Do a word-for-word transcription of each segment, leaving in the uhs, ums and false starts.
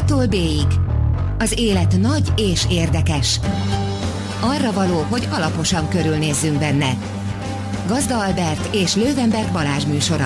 A-tól B-ig. Az élet nagy és érdekes. Arra való, hogy alaposan körülnézzünk benne. Gazda Albert és Lővenberg Balázs műsora.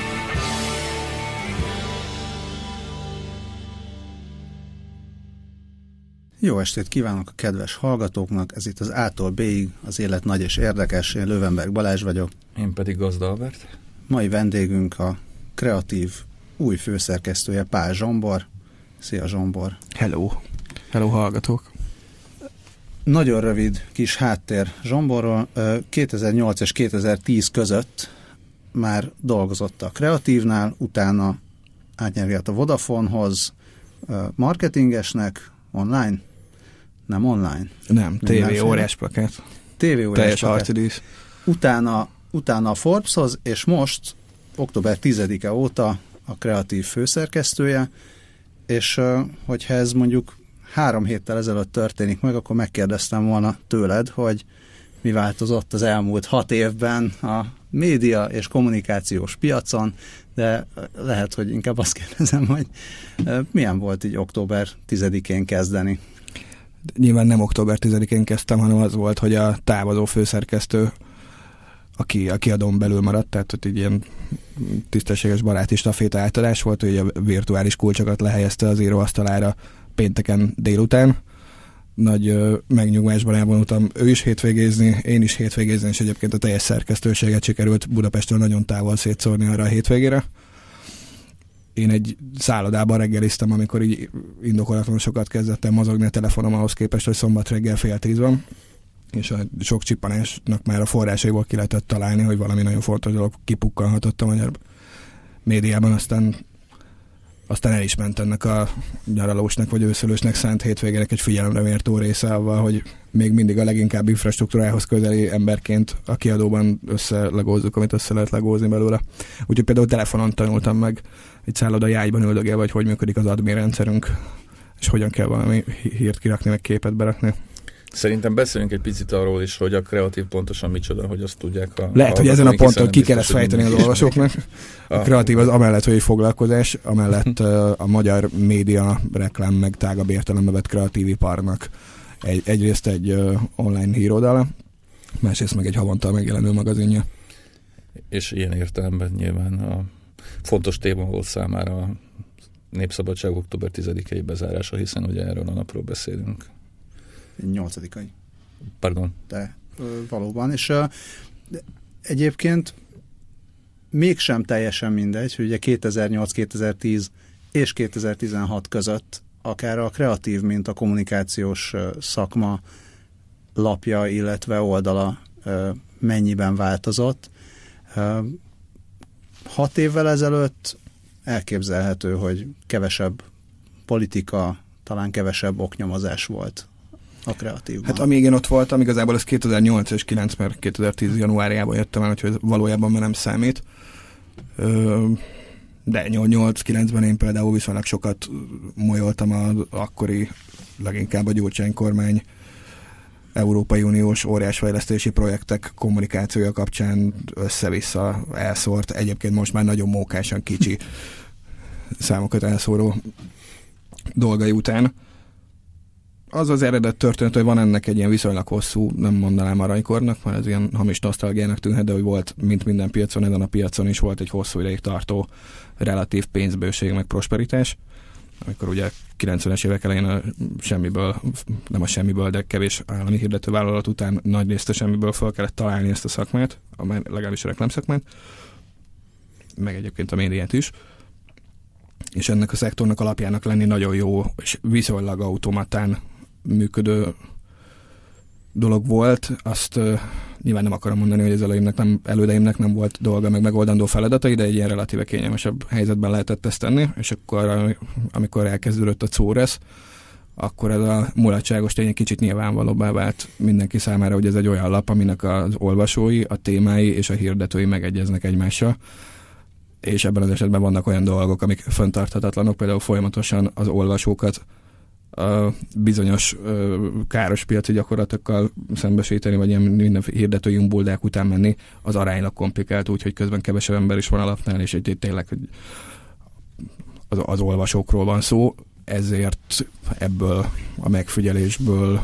Jó estét kívánok a kedves hallgatóknak, ez itt az A-tól B-ig, az élet nagy és érdekes, én Lővenberg Balázs vagyok. Én pedig Gazda Albert. Mai vendégünk a kreatív új főszerkesztője, Pál Zsombor. Szia Zsombor! Hello! Hello hallgatók! Nagyon rövid kis háttér Zsomborról. kétezer-nyolc és kétezer-tíz között már dolgozott a Kreatívnál, utána átnyergelt a Vodafonehoz, marketingesnek, online? Nem online? Nem, té vé óriás plakát. té vé óriás plakát. Utána, utána a Forbeshoz, és most, október tizedike óta a kreatív főszerkesztője, és hogyha ez mondjuk három héttel ezelőtt történik meg, akkor megkérdeztem volna tőled, hogy mi változott az elmúlt hat évben a média és kommunikációs piacon, de lehet, hogy inkább azt kérdezem, hogy milyen volt így október tizedikén kezdeni? Nyilván nem október tizedikén kezdtem, hanem az volt, hogy a távozó főszerkesztő, aki a kiadón belül maradt, tehát hogy egy ilyen tisztességes baráti staféta átadás volt, hogy a virtuális kulcsokat lehelyezte az íróasztalára pénteken délután. Nagy ö, megnyugvásban elvonultam, ő is hétvégézni, én is hétvégézni, és egyébként a teljes szerkesztőséget sikerült Budapestről nagyon távol szétszórni arra a hétvégére. Én egy szállodában reggeliztem, amikor így indokolatlanul sokat kezdettem mozogni a telefonom ahhoz képest, hogy szombat reggel fél tíz van, és a sok csippanásnak már a forrásaiból ki lehetett találni, hogy valami nagyon fontos dolog kipukkanhatott a magyar médiában, aztán Aztán el is ment ennek a nyaralósnak vagy őszülősnek szánt hétvégének egy figyelemre méltó része avval, hogy még mindig a leginkább infrastruktúrához közeli emberként a kiadóban összelegózzuk, amit össze lehet legózni belőle. Úgyhogy például telefonon tanultam meg egy szállodai ágyban üldögél, vagy hogy működik az admin rendszerünk, és hogyan kell valami hírt kirakni, meg képet berakni. Szerintem beszélünk egy picit arról is, hogy a kreatív pontosan micsoda, hogy azt tudják a... Lehet, hogy ezen a ponton ki kellett fejteni az olvasóknak. A kreatív az amellett, hogy egy foglalkozás, amellett a magyar média, reklám, meg tágabb értelembe vett kreatív iparnak egy, egyrészt egy online híroldala, másrészt meg egy havonta megjelenő magazinja. És ilyen értelemben nyilván a fontos téma volt számára a Népszabadság október tizedikei bezárása, hiszen ugye erről a napról beszélünk. nyolcadikai. Pardon. De ö, valóban, és ö, egyébként mégsem teljesen mindegy, hogy ugye kétezer-nyolc kétezer-tíz és kétezer-tizenhat között akár a kreatív, mint a kommunikációs ö, szakma lapja, illetve oldala ö, mennyiben változott. Ö, hat évvel ezelőtt elképzelhető, hogy kevesebb politika, talán kevesebb oknyomozás volt a kreatívban. Hát amíg én ott voltam, igazából ez kétezer-nyolc és kilenc, mert kétezer-tíz januárjában jöttem el, úgyhogy valójában már nem számít. De nyolc-kilencben én például viszonylag sokat molyoltam az akkori, leginkább a Gyurcsány kormány Európai Uniós óriásfejlesztési projektek kommunikációja kapcsán össze-vissza elszórt, egyébként most már nagyon mókásan kicsi számokat elszóró dolgai után. Az az eredet történet, hogy van ennek egy ilyen viszonylag hosszú, nem mondanám aranykornak, mert ez ilyen hamis nosztalgiának tűnhet, de hogy volt, mint minden piacon, ezen a piacon is volt egy hosszú ideig tartó relatív pénzbőség, meg prosperitás, amikor ugye kilencvenes évek elején a semmiből, nem a semmiből, de kevés állami hirdetővállalat után nagy részt a semmiből fel kellett találni ezt a szakmát, amely legalábbis a reklámszakmát, meg egyébként a médiát is. És ennek a szektornak alapjának lenni nagyon jó, és viszonylag automatán működő dolog volt. Azt uh, nyilván nem akarom mondani, hogy az előimnek nem, elődeimnek nem volt dolga, meg megoldandó feladatai, de egy ilyen relatíve kényelmesebb helyzetben lehetett ezt tenni, és akkor, amikor elkezdődött a Czóresz, akkor ez a mulatságos tény egy kicsit nyilvánvalóbbá vált mindenki számára, hogy ez egy olyan lap, aminek az olvasói, a témái és a hirdetői megegyeznek egymással. És ebben az esetben vannak olyan dolgok, amik fenntarthatatlanok, például folyamatosan az olvasókat a bizonyos ö, káros piaci gyakorlatokkal szembesíteni, vagy ilyen minden hirdetői umbuldák után menni, az aránylag komplikált, úgyhogy közben kevesebb ember is van a lapnál, és egy tényleg hogy az, az olvasókról van szó. ezért ebből a megfigyelésből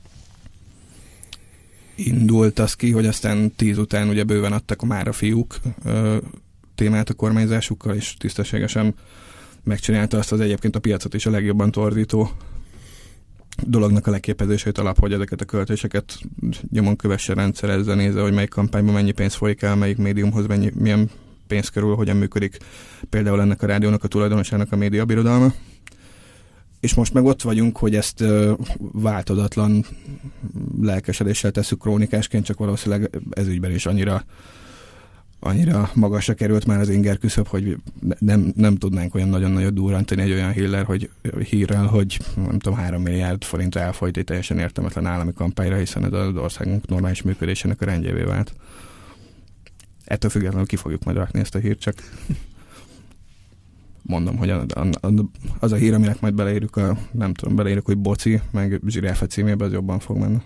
indult az ki, hogy aztán tíz után ugye bőven adtak már a fiúk ö, témát a kormányzásukkal, és tisztességesen megcsinálta azt az egyébként a piacot is a legjobban torzító dolognak a leképezését alap, hogy ezeket a költéseket nyomon kövesse, rendszerezze, nézze, hogy melyik kampányban mennyi pénz folyik el, melyik médiumhoz mennyi, milyen pénz kerül, hogyan működik például ennek a rádiónak a tulajdonosának a médiabirodalma. És most meg ott vagyunk, hogy ezt uh, változatlan lelkesedéssel tesszük krónikásként, csak valószínűleg ez ügyben is annyira, annyira magasra került már az inger küszöb, hogy nem, nem tudnánk olyan nagyon nagyot durrantani egy olyan hírrel, hogy, hírrel, hogy nem tudom, három milliárd forint elfolyt egy teljesen értelmetlen állami kampányra, hiszen ez az országunk normális működésének a rendjévé vált. Ettől függetlenül ki fogjuk majd rakni ezt a hírt, csak mondom, hogy a, a, az a hír, aminek majd beleírjuk, a, nem tudom, beleírjuk, hogy Boci, meg Zsiráfa címében, az jobban fog menni.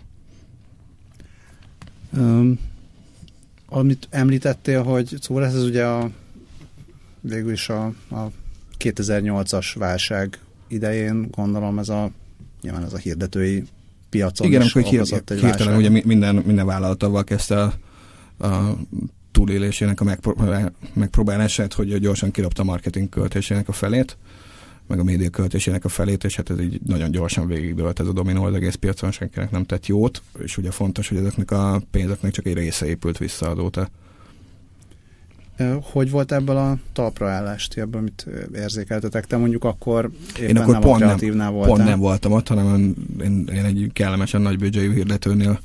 Um, amit említettél, hogy szóval ez ugye a, végül is a, a kétezer-nyolcas válság idején, gondolom ez a, nyilván ez a hirdetői piacon igen, is amikor okozott egy hirtelen válság. ugye minden, minden vállalatával kezdte a, a túlélésének a megpró- megpróbálását, hogy gyorsan kirobta a marketing költésének a felét, meg a média költésének a felét, és hát ez így nagyon gyorsan végigdőlt ez a dominó az egész piacon, senkinek nem tett jót, és ugye fontos, hogy ezeknek a pénzeknek csak egy része épült vissza azóta. Hogy volt ebből a talpraállást, ebből mit érzékeltetek? Te mondjuk akkor éppen én akkor nem pont a kreatívnál voltál. Pont nem voltam ott, hanem én, én egy kellemesen nagy büdzséjű hirdetőnél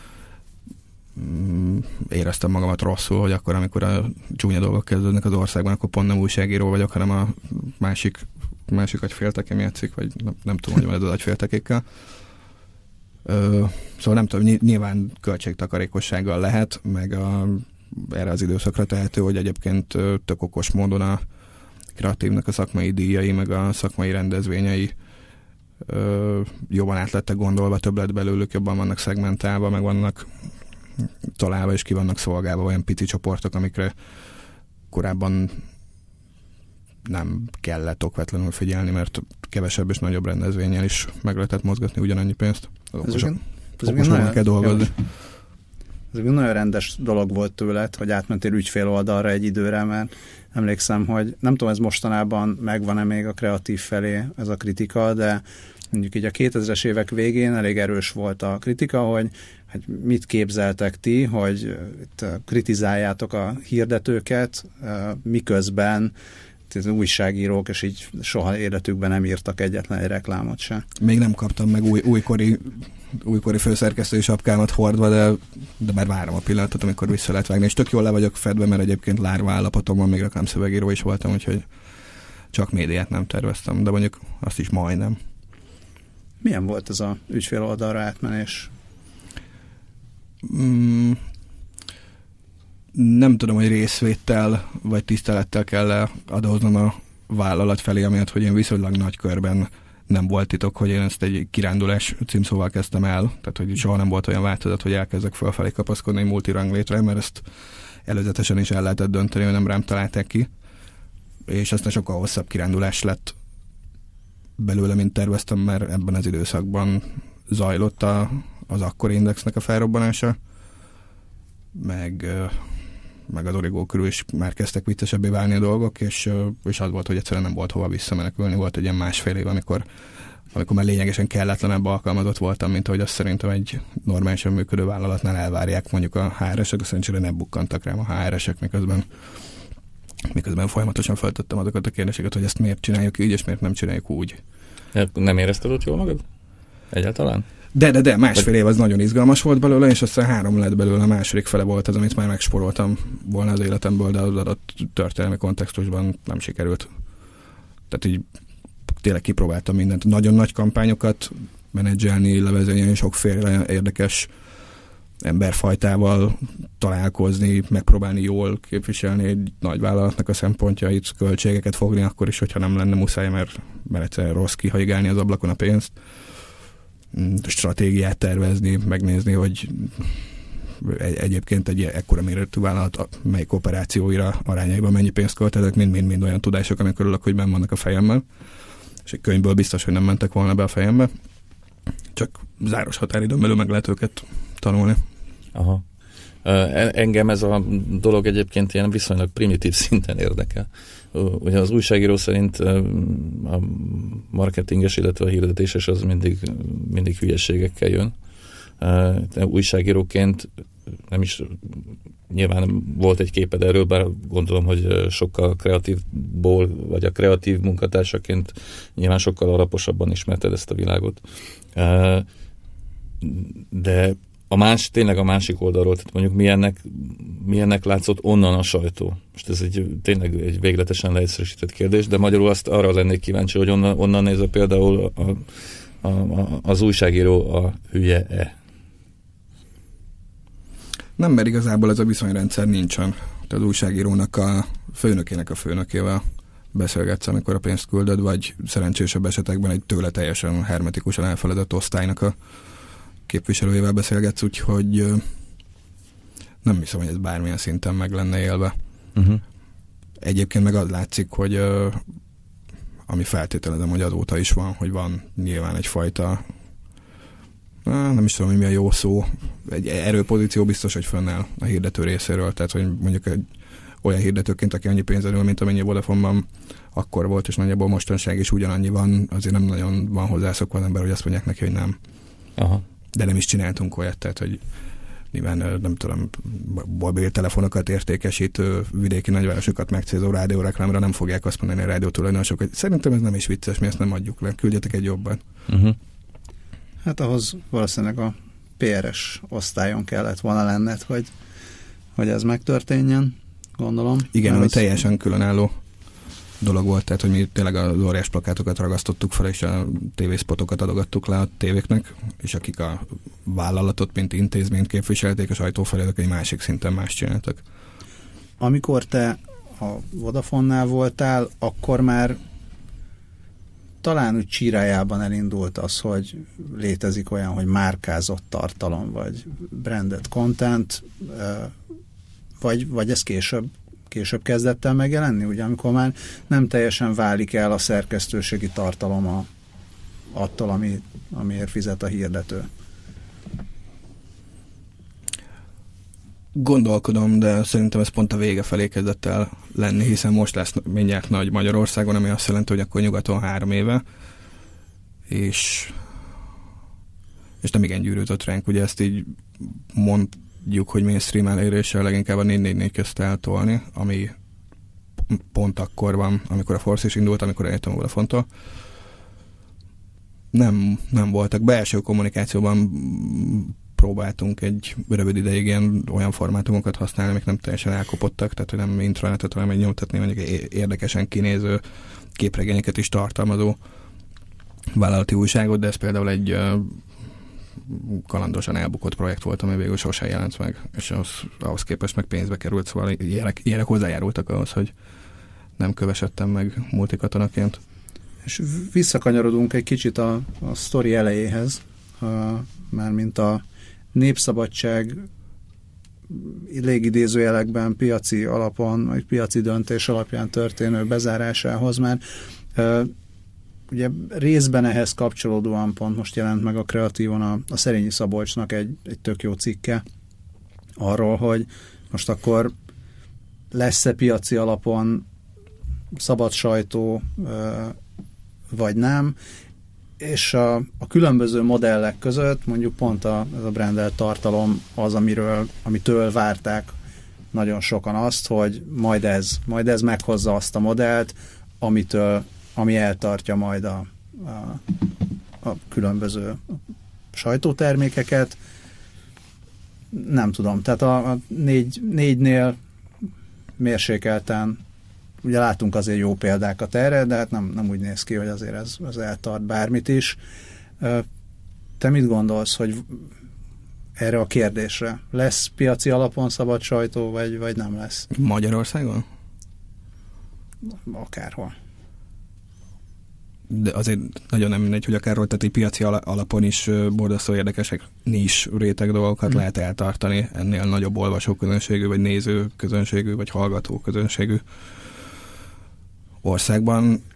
éreztem magamat rosszul, hogy akkor, amikor a csúnya dolgok kezdődnek az országban, akkor pont nem újságíró vagyok, hanem a másik, másik agyféltekem játszik, vagy nem, nem tudom, hogy van ez az agyféltekékkel. Ö, szóval nem tudom, nyilván költségtakarékossággal lehet, meg a, erre az időszakra tehető, hogy egyébként tök okos módon a kreatívnak a szakmai díjai, meg a szakmai rendezvényei ö, jobban át lettek gondolva, több lett belőlük, jobban vannak szegmentálva, meg vannak találva és ki vannak szolgálva olyan pici csoportok, amikre korábban nem kellett okvetlenül figyelni, mert kevesebb és nagyobb rendezvényen is meg lehetett mozgatni ugyanannyi pénzt. Okosan kell dolgozni. Ez egy nagyon rendes dolog volt tőled, hogy átmentél ügyfél oldalra egy időre, mert emlékszem, hogy nem tudom, ez mostanában megvan-e még a kreatív felé ez a kritika, de mondjuk így a kétezres évek végén elég erős volt a kritika, hogy hát mit képzeltek ti, hogy itt kritizáljátok a hirdetőket, miközben az újságírók, és így soha életükben nem írtak egyetlen egy reklámot sem. Még nem kaptam meg új, újkori, újkori főszerkesztői sapkámat hordva, de, de már várom a pillanatot, amikor vissza lehet vágni. És tök jól le vagyok fedve, mert egyébként lárva állapotomban még reklámszövegíró is voltam, úgyhogy csak médiát nem terveztem, de mondjuk azt is majdnem. Milyen volt ez a ügyfél oldalra átmenés? Mm, nem tudom, hogy részvéttel vagy tisztelettel kell adóznom a vállalat felé, amiatt, hogy én viszonylag nagy körben nem volt titok, hogy én ezt egy kirándulás címszóval kezdtem el, tehát hogy soha nem volt olyan változat, hogy elkezdek fölfelé kapaszkodni egy multiranglétre, mert ezt előzetesen is el lehetett dönteni, hogy nem rám találták ki, és aztán sokkal hosszabb kirándulás lett belőle, mint terveztem, mert ebben az időszakban zajlott a, az akkori indexnek a felrobbanása, meg, meg az Origo körül is már kezdtek viccesebbé válni a dolgok, és, és az volt, hogy egyszerűen nem volt hova visszamenekülni. Volt egy ilyen másfél év, amikor, amikor már lényegesen kelletlenebb alkalmazott voltam, mint ahogy azt szerintem egy normálisan működő vállalatnál elvárják mondjuk a há er esek, azt szerencsére nem bukkantak rám a há er esek, miközben miközben folyamatosan feltettem azokat a kérdéseket, hogy ezt miért csináljuk így, és miért nem csináljuk úgy. Nem érezted ott jól magad? Egyáltalán? De, de, de, másfél év az nagyon izgalmas volt belőle, és aztán három lett belőle, a második fele volt az, amit már megsporoltam volna az életemből, de az adott történelmi kontextusban nem sikerült. Tehát így tényleg kipróbáltam mindent. Nagyon nagy kampányokat menedzselni, levezényelni, sokféle érdekes emberfajtával találkozni, megpróbálni jól képviselni egy nagy vállalatnak a szempontjait, költségeket fogni, akkor is, hogyha nem lenne muszáj, mert, mert egyszerűen rossz kihajigálni az ablakon a pénzt. Stratégiát tervezni, megnézni, hogy egy, egyébként egy ekkora méretű vállalat melyik operációira arányaiban mennyi pénzt költetek, mind-mind-mind olyan tudások, amik örülök, hogy benn vannak a fejemmel. és egy könyvből biztos, hogy nem mentek volna be a fejembe. Csak záros határidőn belül meg lehet őket tanulni. Aha. Engem ez a dolog egyébként ilyen viszonylag primitív szinten érdekel. Ugye az újságíró szerint a marketinges, illetve a hirdetéses az mindig, mindig hülyeségekkel jön. De újságíróként nem is, nyilván volt egy képed erről, bár gondolom, hogy sokkal kreatívból, vagy a kreatív munkatársaként nyilván sokkal alaposabban ismerted ezt a világot. De a más, tényleg a másik oldalról, tehát mondjuk milyennek, milyennek látszott onnan a sajtó. Most ez egy, tényleg egy végletesen leegyszerűsített kérdés, de magyarul azt arra lennék kíváncsi, hogy onnan, onnan nézve például a, a, a, az újságíró a hülye-e. Nem, mert igazából ez a viszonyrendszer nincsen. Tehát az újságírónak a főnökének a főnökével beszélgetsz, amikor a pénzt küldöd, vagy szerencsésebb esetekben egy tőle teljesen hermetikusan elfeledett osztálynak a képviselőjével beszélgetsz, úgyhogy nem hiszem, hogy ez bármilyen szinten meg lenne élve. Uh-huh. Egyébként meg az látszik, hogy ami feltételezem, hogy azóta is van, hogy van nyilván egyfajta, nem is tudom, hogy mi a jó szó, egy erőpozíció biztos, hogy fönnáll a hirdető részéről, tehát hogy mondjuk egy olyan hirdetőként, aki annyi pénzerül, mint amennyi Vodafone-ban akkor volt, és nagyjából mostanság is ugyanannyi van, azért nem nagyon van hozzászokva az ember, hogy azt mondják neki, hogy nem. Aha. De nem is csináltunk olyat, tehát, hogy nyilván nem tudom, mobiltelefonokat értékesítő vidéki nagyvárosokat megcélzó rádióreklámra nem fogják azt mondani a rádió tulajdonosok, hogy szerintem ez nem is vicces, mi ezt nem adjuk le, küldjetek egy jobban. Uh-huh. Hát ahhoz valószínűleg a pé er es osztályon kellett volna lenned, hogy, hogy ez megtörténjen, gondolom. Igen, ami az... teljesen különálló dolog volt, tehát hogy mi tényleg az óriás plakátokat ragasztottuk fel, és a tévészpotokat adogattuk le a tévéknek, és akik a vállalatot, mint intézményt képviselték, a sajtó felé, egy másik szinten más csináltak. Amikor te a Vodafone-nál voltál, akkor már talán úgy csírájában elindult az, hogy létezik olyan, hogy márkázott tartalom, vagy branded content, vagy, vagy ez később később kezdett el megjelenni, ugye, amikor már nem teljesen válik el a szerkesztőségi tartalom a, attól, ami, amiért fizet a hirdető. Gondolkodom, de szerintem ez pont a vége felé kezdett el lenni, hiszen most lesz mindjárt nagy Magyarországon, ami azt jelenti, hogy akkor nyugaton három éve, és, és nem igen gyűrűzött ránk, ugye ezt így mondjuk, hogy mainstream eléréssel leginkább a négy négy négy közt eltolni, ami pont akkor van, amikor a Force is indult, amikor eljöttem volna fontól. Nem, nem voltak. Belső kommunikációban próbáltunk egy rövid ideig ilyen olyan formátumokat használni, amik nem teljesen elkopottak, tehát hogy nem intranetet, hanem egy nyomtatni, mondjuk érdekesen kinéző képregényeket is tartalmazó vállalati újságot, de ez például egy uh, kalandosan elbukott projekt volt, ami végül sosem jelent meg, és az, ahhoz képest meg pénzbe került, szóval ilyenek, ilyenek hozzájárultak ahhoz, hogy nem kövesedtem meg multikatonaként. És visszakanyarodunk egy kicsit a, a sztori elejéhez, mármint a Népszabadság légidézőjelekben piaci alapon, vagy piaci döntés alapján történő bezárásához, már ugye részben ehhez kapcsolódóan pont most jelent meg a Kreatívon a, a Szerényi Szabolcsnak egy, egy tök jó cikke arról, hogy most akkor lesz-e piaci alapon szabad sajtó, vagy nem, és a, a különböző modellek között mondjuk pont a, ez a brandelt tartalom az, amiről, amitől várták nagyon sokan azt, hogy majd ez, majd ez meghozza azt a modellt, amitől, ami eltartja majd a, a, a különböző sajtótermékeket. Nem tudom, tehát a, a négy, négynél mérsékelten ugye látunk azért jó példákat erre, de hát nem, nem úgy néz ki, hogy azért ez, ez eltart bármit is. Te mit gondolsz, hogy erre a kérdésre lesz piaci alapon szabad sajtó, vagy, vagy nem lesz? Magyarországon? Akárhol. De azért nagyon nem mindegy, hogy akárhol, tehát egy piaci alapon is borzasztó érdekesek nis réteg dolgokat hmm. lehet eltartani, ennél nagyobb olvasóközönségű, vagy nézőközönségű, vagy hallgatóközönségű országban.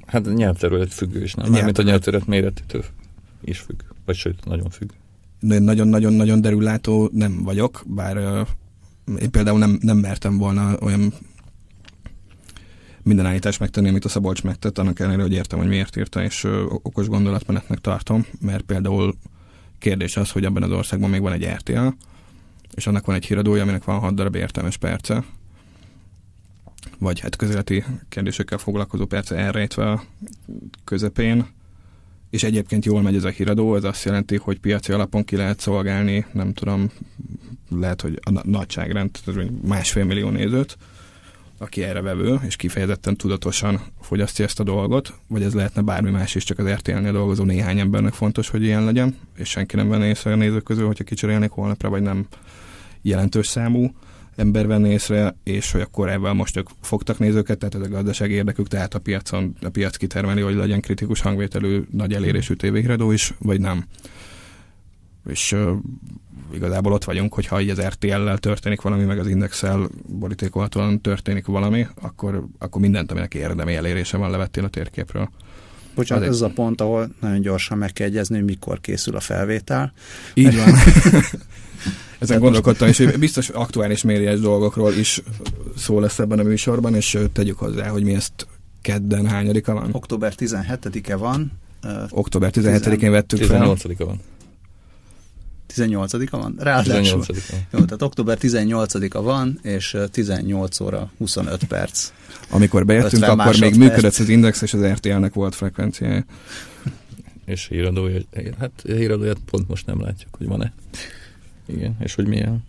Hát nyelvterület függő is, nem? Mármint a nyelvterület méretétől is függ. Vagy sőt, nagyon függ. Nagyon-nagyon-nagyon derüllátó nem vagyok, bár uh, én például nem, nem mertem volna olyan minden állítást megtenni, amit a Szabolcs megtett, annak ellenére, hogy értem, hogy miért írta, és uh, okos gondolatmenetnek tartom, mert például kérdés az, hogy ebben az országban még van egy er té el, és annak van egy híradója, aminek van hat darab értelmes perce, vagy hát közéleti kérdésekkel foglalkozó perce elrejtve a közepén, és egyébként jól megy ez a híradó, ez azt jelenti, hogy piaci alapon ki lehet szolgálni, nem tudom, lehet, hogy a nagyságrend, másfél millió nézőt, aki erre vevő, és kifejezetten tudatosan fogyasztja ezt a dolgot, vagy ez lehetne bármi más is, csak az er té el-nél dolgozó néhány embernek fontos, hogy ilyen legyen, és senki nem venné észre a nézők közül, hogyha kicserélnék holnapra, vagy nem jelentős számú ember venné észre, és hogy akkor ebben most ők fogtak nézőket, tehát ez a gazdasági érdekük, tehát a piacon, a piac kitermeli, hogy legyen kritikus hangvételű, nagy elérésű tévéhíradó is, vagy nem. És uh, igazából ott vagyunk, hogyha így az er té el-lel történik valami, meg az Indexel borítékolhatóan történik valami, akkor, akkor mindent, aminek érdemi elérése van, levettél a térképről. Bocsánat, ez a pont, ahol nagyon gyorsan meg kell egyezni, hogy mikor készül a felvétel. Így van. Ezen gondolkodtam, és biztos aktuális médiás dolgokról is szó lesz ebben a műsorban, és tegyük hozzá, hogy mi ezt kedden hányadika van? október tizenhetedike van. Uh, október tizenhetedikén vettük fel. tizennyolcadika van. tizennyolcadika van? Ráadásul. tizennyolcadika. Jó, tehát október tizennyolcadika van, és tizennyolc óra huszonöt perc. Amikor bejöttünk, akkor még működött az Index, és az er té el-nek volt frekvenciája. És híradója, hát híradóját pont most nem látjuk, hogy van-e. Igen, és hogy milyen?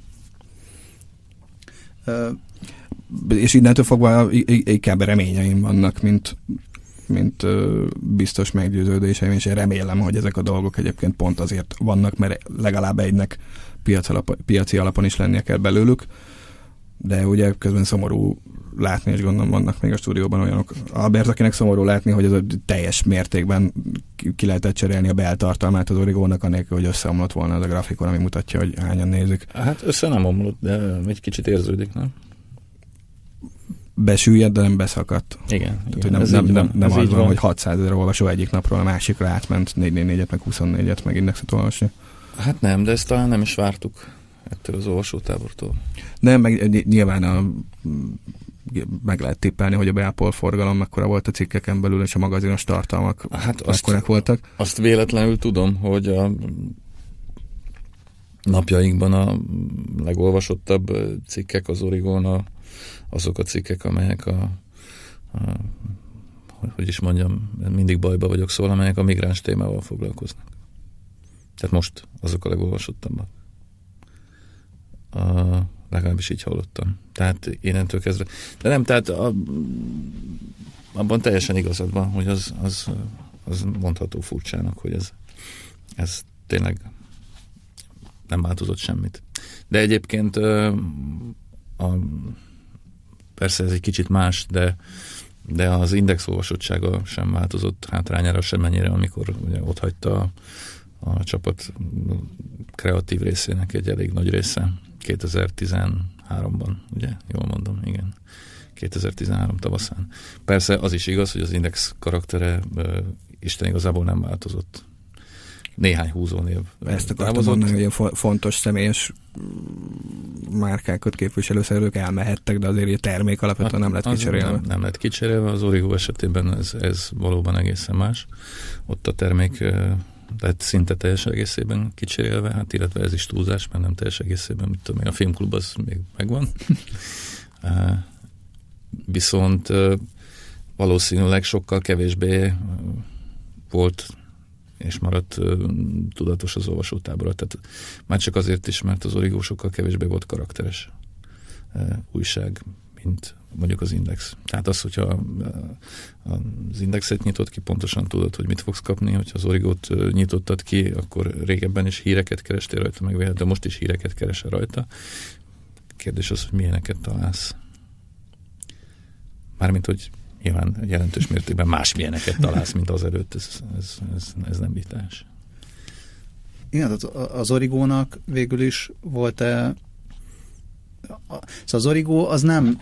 Uh, és innentől fogva inkább reményeim vannak, mint, mint uh, biztos meggyőződéseim, és én remélem, hogy ezek a dolgok egyébként pont azért vannak, mert legalább egynek piac alap, piaci alapon is lennie kell belőlük, de ugye közben szomorú látni, és gondolom vannak még a stúdióban olyanok. Albert, akinek szomorú látni, hogy ez a teljes mértékben ki lehetett cserélni a beltartalmát az Origónak, anélkül, hogy összeomlott volna az a grafikon, ami mutatja, hogy hányan nézik. Hát össze nem omlott, de egy kicsit érződik, nem? Besüllyed, de nem beszakadt. Igen. Tehát, igen, hogy nem, nem, nem, nem az van, van, hogy hatszázezer olvasó egyik napról a másikra átment négy négy négyet, meg huszonnégyet, meg Indexet olvasni. Hát nem, de ezt talán nem is vártuk ettől az olvasótábortól. Nem, meg nyilván a, meg lehet tippelni, hogy a Beapol forgalom mekkora volt a cikkeken belül, és a magazinos tartalmak hát azt, voltak. Azt véletlenül tudom, hogy a napjainkban a legolvasottabb cikkek az Origón a, azok a cikkek, amelyek a, a hogy is mondjam, mindig bajba vagyok, szóval amelyek a migráns témával foglalkoznak. Tehát most azok a legolvasottabbak. A, legalábbis így hallottam. Tehát innentől kezdve. De nem, tehát a, abban teljesen igazad van, hogy az, az, az mondható furcsának, hogy ez, ez tényleg nem változott semmit. De egyébként a, a, persze ez egy kicsit más, de, de az Index olvasottsága sem változott hátrányára semmennyire, amikor ugye ott hagyta a, a csapat kreatív részének egy elég nagy része. kétezer-tizenháromban, ugye? Jól mondom, igen. kétezer-tizenhárom tavaszán. Persze az is igaz, hogy az Index karaktere uh, Isten igazából nem változott. Néhány húzónév. Ezt akartam mondani, hogy ilyen fontos személyes márkákat képviselő szerzők elmehettek, de azért a termék alapvetően nem lett kicserélve. Nem, nem lett kicserélve, az Origo esetében ez, ez valóban egészen más. Ott a termék uh, lett szinte teljes egészében kicserélve, hát illetve ez is túlzás, mert nem teljes egészében, mit tudom én, a filmklub az még megvan. uh, viszont uh, valószínűleg sokkal kevésbé uh, volt és maradt uh, tudatos az olvasótábora. Tehát már csak azért is, mert az Origo sokkal kevésbé volt karakteres uh, újság, mint mondjuk az Index. Tehát az, hogyha az Indexet nyitott ki, pontosan tudod, hogy mit fogsz kapni, hogyha az Origót nyitottad ki, akkor régebben is híreket kerestél rajta, meg de most is híreket keresel rajta. Kérdés az, hogy milyeneket találsz. Mármint, hogy nyilván jelentős mértékben más milyeneket találsz, mint az előtt. Ez, ez, ez, ez nem vitás. Igen, az Origónak végül is volt-e... Szóval az Origo az nem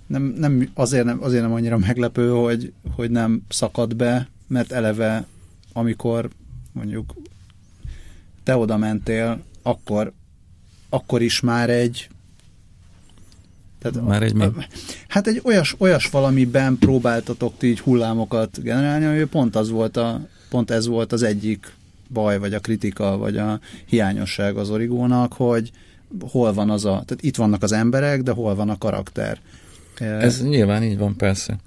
nem, nem, azért, nem, azért nem annyira meglepő, hogy, hogy nem szakad be, mert eleve, amikor mondjuk te oda mentél, akkor, akkor is már egy Tehát már egy mi? Hát egy olyas, olyas valamiben próbáltatok ti így hullámokat generálni, ami pont az volt a, pont ez volt az egyik baj, vagy a kritika, vagy a hiányosság az Origónak, hogy hol van az a, tehát itt vannak az emberek, de hol van a karakter. Ez nyilván így van, persze.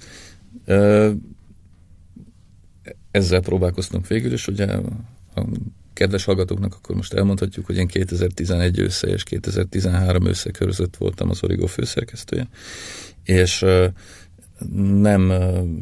Ezzel próbálkoztunk végül is, ugye a kedves hallgatóknak akkor most elmondhatjuk, hogy én kétezer-tizenegy ősze és kétezer-tizenhárom ősze között voltam az Origo főszerkesztője, és nem,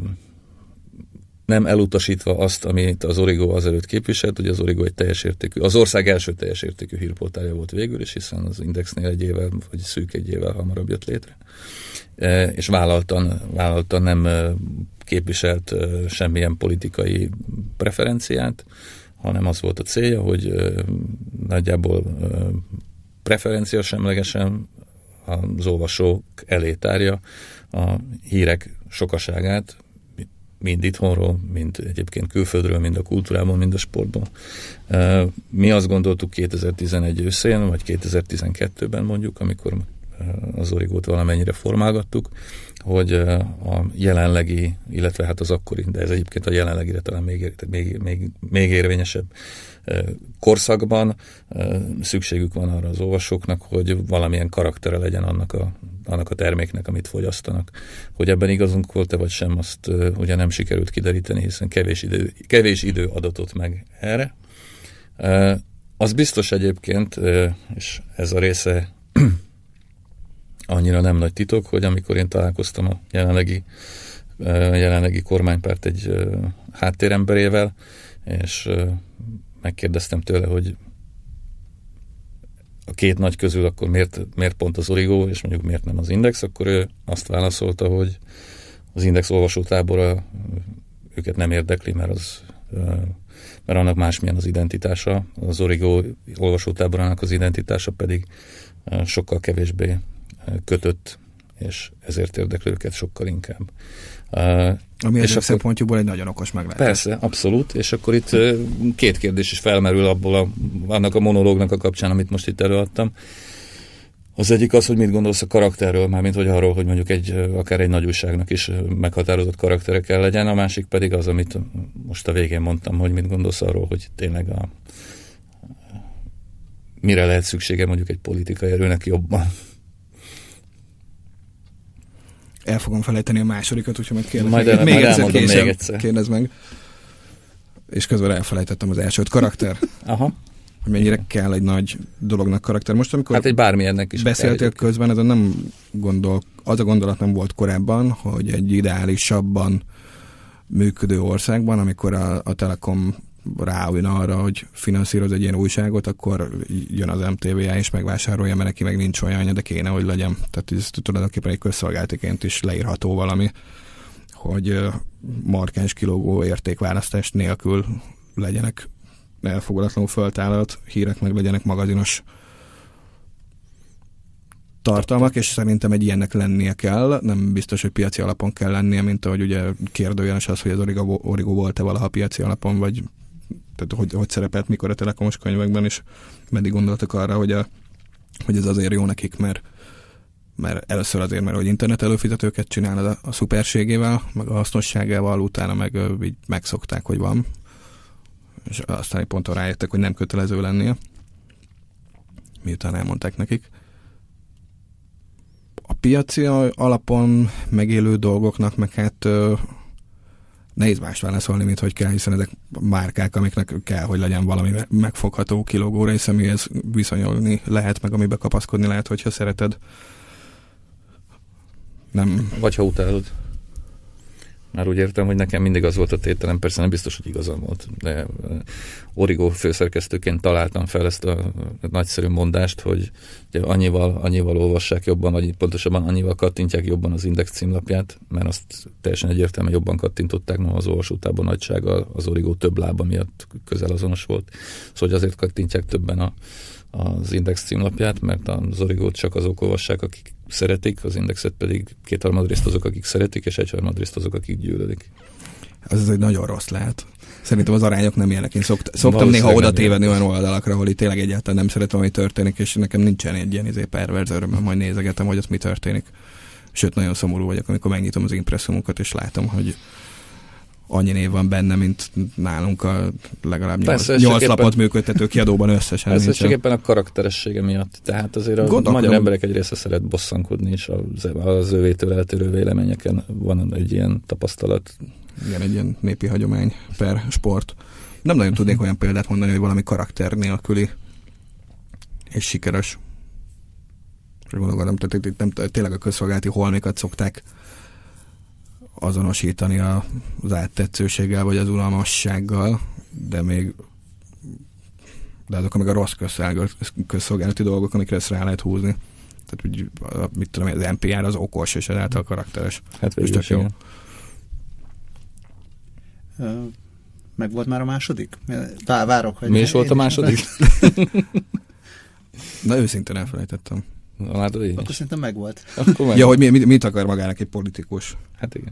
nem elutasítva azt, amit az Origo azelőtt képviselt, ugye az Origo egy teljes értékű, az ország első teljes értékű hírportálja volt végül is, hiszen az Indexnél egy évvel, vagy szűk egy évvel hamarabb jött létre, és vállaltan, vállaltan nem képviselt semmilyen politikai preferenciát, hanem az volt a célja, hogy ö, nagyjából ö, preferencia semlegesen az olvasók elé tárja a hírek sokaságát, mind itthonról, mind egyébként külföldről, mind a kultúrából, mind a sportból. Ö, mi azt gondoltuk kétezer-tizenegy őszén, vagy kétezer-tizenkettőben mondjuk, amikor az Origót valamennyire formálgattuk, hogy a jelenlegi, illetve hát az akkori, de ez egyébként a jelenlegire talán még, még, még, még érvényesebb korszakban szükségük van arra az olvasóknak, hogy valamilyen karaktere legyen annak a, annak a terméknek, amit fogyasztanak. Hogy ebben igazunk volt-e vagy sem, azt ugye nem sikerült kideríteni, hiszen kevés idő, kevés idő adatot meg erre. Az biztos egyébként, és ez a része annyira nem nagy titok, hogy amikor én találkoztam a jelenlegi, jelenlegi kormánypárt egy háttéremberével, és megkérdeztem tőle, hogy a két nagy közül akkor miért, miért pont az Origo, és mondjuk miért nem az Index, akkor ő azt válaszolta, hogy az Index olvasótábora őket nem érdekli, mert, az, mert annak másmilyen az identitása, az Origo olvasótáborának az identitása pedig sokkal kevésbé kötött, és ezért érdekli őket sokkal inkább. Ami és szempontjúból egy nagyon okos meglátás. Persze, abszolút, és akkor itt két kérdés is felmerül abból a, annak a monológnak a kapcsán, amit most itt előadtam. Az egyik az, hogy mit gondolsz a karakterről, mármint hogy arról, hogy mondjuk egy, akár egy nagy újságnak is meghatározott karaktere kell legyen, a másik pedig az, amit most a végén mondtam, hogy mit gondolsz arról, hogy tényleg a, mire lehet szüksége mondjuk egy politikai erőnek jobban. El fogom felejteni a másodikat, úgyhogy majd kérdez majd meg. El, még, majd egyszer később, még egyszer. Kérdezd meg. És közben elfelejtettem az elsőt. Karakter. Aha. Hogy mennyire kell egy nagy dolognak karakter. Most, amikor hát egy bármilyennek is beszéltél közben, ez a nem gondol, az a gondolat nem volt korábban, hogy egy ideálisabban működő országban, amikor a, a Telekom rájön arra, hogy finanszíroz egy ilyen újságot, akkor jön az em té vé á és megvásárolja, mert neki meg nincs olyanja, de kéne, hogy legyen. Tehát ez tulajdonképpen egy közszolgálatiként is leírható valami, hogy markáns kilógó értékválasztás nélkül legyenek elfogadatlanul föltállalt hírek, meg legyenek magazinos tartalmak, és szerintem egy ilyennek lennie kell. Nem biztos, hogy piaci alapon kell lennie, mint ahogy ugye kérdőjeles az, hogy az Origo, Origo volt-e valaha piaci alapon, vagy tehát hogy, hogy szerepelt mikor a telekomos könyvekben, és meddig gondoltak arra, hogy, a, hogy ez azért jó nekik, mert, mert először azért, mert hogy internet előfizetőket csinál a, a szuperségével, meg a hasznosságával, utána meg így megszokták, hogy van. És aztán egy ponton rájöttek, hogy nem kötelező lennie, miután elmondták nekik. A piaci alapon megélő dolgoknak meg hát nehéz más válaszolni, mint hogy kell, hiszen ezek márkák, amiknek kell, hogy legyen valami megfogható kilógó rész, amihez viszonyolni lehet, meg amibe kapaszkodni lehet, hogyha szereted. Nem. Vagy ha utálod. Már úgy értem, hogy nekem mindig az volt a tételem, persze nem biztos, hogy igazam volt, de Origo főszerkesztőként találtam fel ezt a nagyszerű mondást, hogy ugye annyival, annyival olvassák jobban, vagy pontosabban annyival kattintják jobban az Index címlapját, mert azt teljesen egyértelműen jobban kattintották, no, az olvasótábor nagysága az Origo több lába miatt közel azonos volt. Szóval azért kattintják többen a, az Index címlapját, mert az Origót csak azok olvassák, akik szeretik, az Indexet pedig kétharmadrészt azok, akik szeretik, és egyharmadrészt azok, akik gyűlölik. Az egy nagyon rossz lehet. Szerintem az arányok nem ilyenek. Én szokt, szoktam néha oda tévedni olyan oldalakra, ahol itt tényleg egyáltalán nem szeretem, ami történik, és nekem nincsen egy ilyen izé perverz örömöm, majd nézegetem, hogy ott mi történik. Sőt, nagyon szomorú vagyok, amikor megnyitom az impresszumokat, és látom, hogy annyi név van benne, mint nálunk a legalább nyolc lapot működtető kiadóban összesen. Ez csak éppen a karakteressége miatt. Tehát azért a Gondolkodom. magyar emberek egy része szeret bosszankodni, és az, az ővétől eltérő véleményeken van egy ilyen tapasztalat. Igen, egy ilyen népi hagyomány per sport. Nem nagyon tudnék olyan példát mondani, hogy valami karakter nélküli és sikeres. Gondolom, tehát itt nem, tényleg a közszolgálati holmikat szokták azonosítani az áttetszőséggel, vagy az unalmassággal, de még de azok még a rossz közszolgálati dolgok, amikre ezt rá lehet húzni. Tehát, úgy, mit tudom, az en pé er az okos, és ezáltal karakteres. Hát végül is, jó. Meg volt már a második? Várok, hogy... Mi is volt a második? Na, őszintén elfelejtettem. Na, látod, így Akkor szerintem megvolt. Akkor meg ja, hogy mit, mit akar magának egy politikus? Hát igen.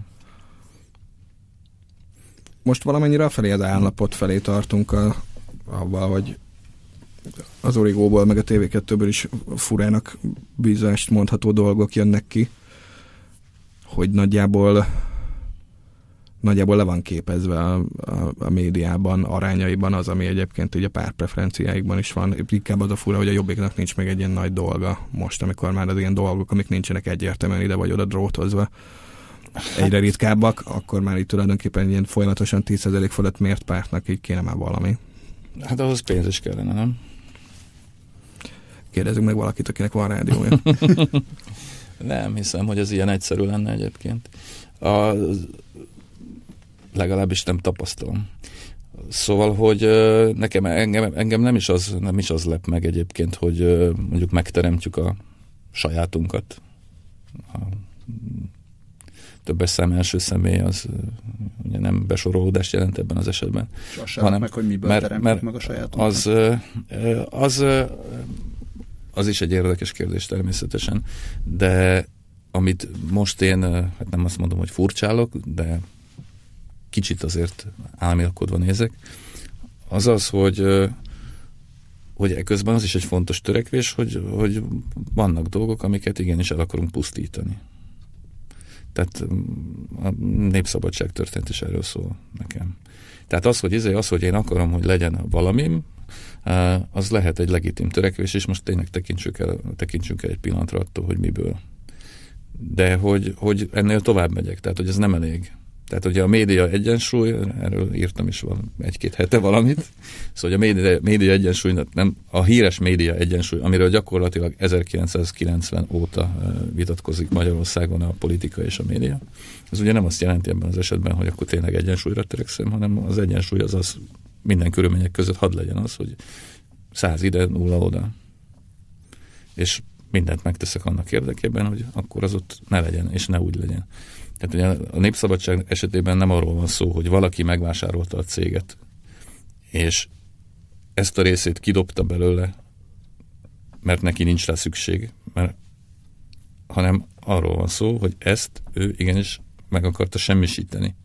Most valamennyire afelé az állapot felé tartunk a, avval, hogy az Origóból, meg a té vé kettőből is furának bízást mondható dolgok jönnek ki, hogy nagyjából nagyjából le van képezve a, a, a médiában, arányaiban az, ami egyébként így a pártpreferenciáikban is van. Inkább az a fura, hogy a Jobbiknak nincs még egy ilyen nagy dolga most, amikor már az ilyen dolgok, amik nincsenek egyértelműen ide vagy oda drótozva, egyre ritkábbak, akkor már itt tulajdonképpen ilyen folyamatosan tíz százalék fölött mért pártnak így kéne már valami. Hát ahhoz pénz is kellene, nem? Kérdezzük meg valakit, akinek van rádiója. Nem hiszem, hogy ez ilyen egyszerű lenne egyébként. A, legalábbis nem tapasztalom. Szóval, hogy nekem engem, engem nem, is az, nem is az lep meg egyébként, hogy mondjuk megteremtjük a sajátunkat. A többes szám első személy az ugye nem besorolódást jelent ebben az esetben. Hanem, meg, hogy miből mert, teremtjük mert meg a sajátunkat. Az, az, az is egy érdekes kérdés természetesen, de amit most én, hát nem azt mondom, hogy furcsálok, de kicsit azért álmélkodva nézek, az az, hogy, hogy eközben az is egy fontos törekvés, hogy, hogy vannak dolgok, amiket igenis el akarunk pusztítani. Tehát a népszabadság történet is erről szól nekem. Tehát az, hogy, izé, az, hogy én akarom, hogy legyen valamim, az lehet egy legitim törekvés, és most tényleg tekintsünk el, tekintsünk el egy pillanatra attól, hogy miből. De hogy, hogy ennél tovább megyek, tehát hogy ez nem elég. Tehát ugye a média egyensúly, erről írtam is egy-két hete valamit, szóval a média, média egyensúly, nem, a híres média egyensúly, amiről gyakorlatilag ezerkilencszázkilencven óta vitatkozik Magyarországon a politika és a média. Ez ugye nem azt jelenti ebben az esetben, hogy akkor tényleg egyensúlyra törekszem, hanem az egyensúly az az minden körülmények között hadd legyen az, hogy száz ide, nulla oda. És mindent megteszek annak érdekében, hogy akkor az ott ne legyen, és ne úgy legyen. Tehát ugye a népszabadság esetében nem arról van szó, hogy valaki megvásárolta a céget, és ezt a részét kidobta belőle, mert neki nincs rá szükség, mert, hanem arról van szó, hogy ezt ő igenis meg akarta semmisíteni.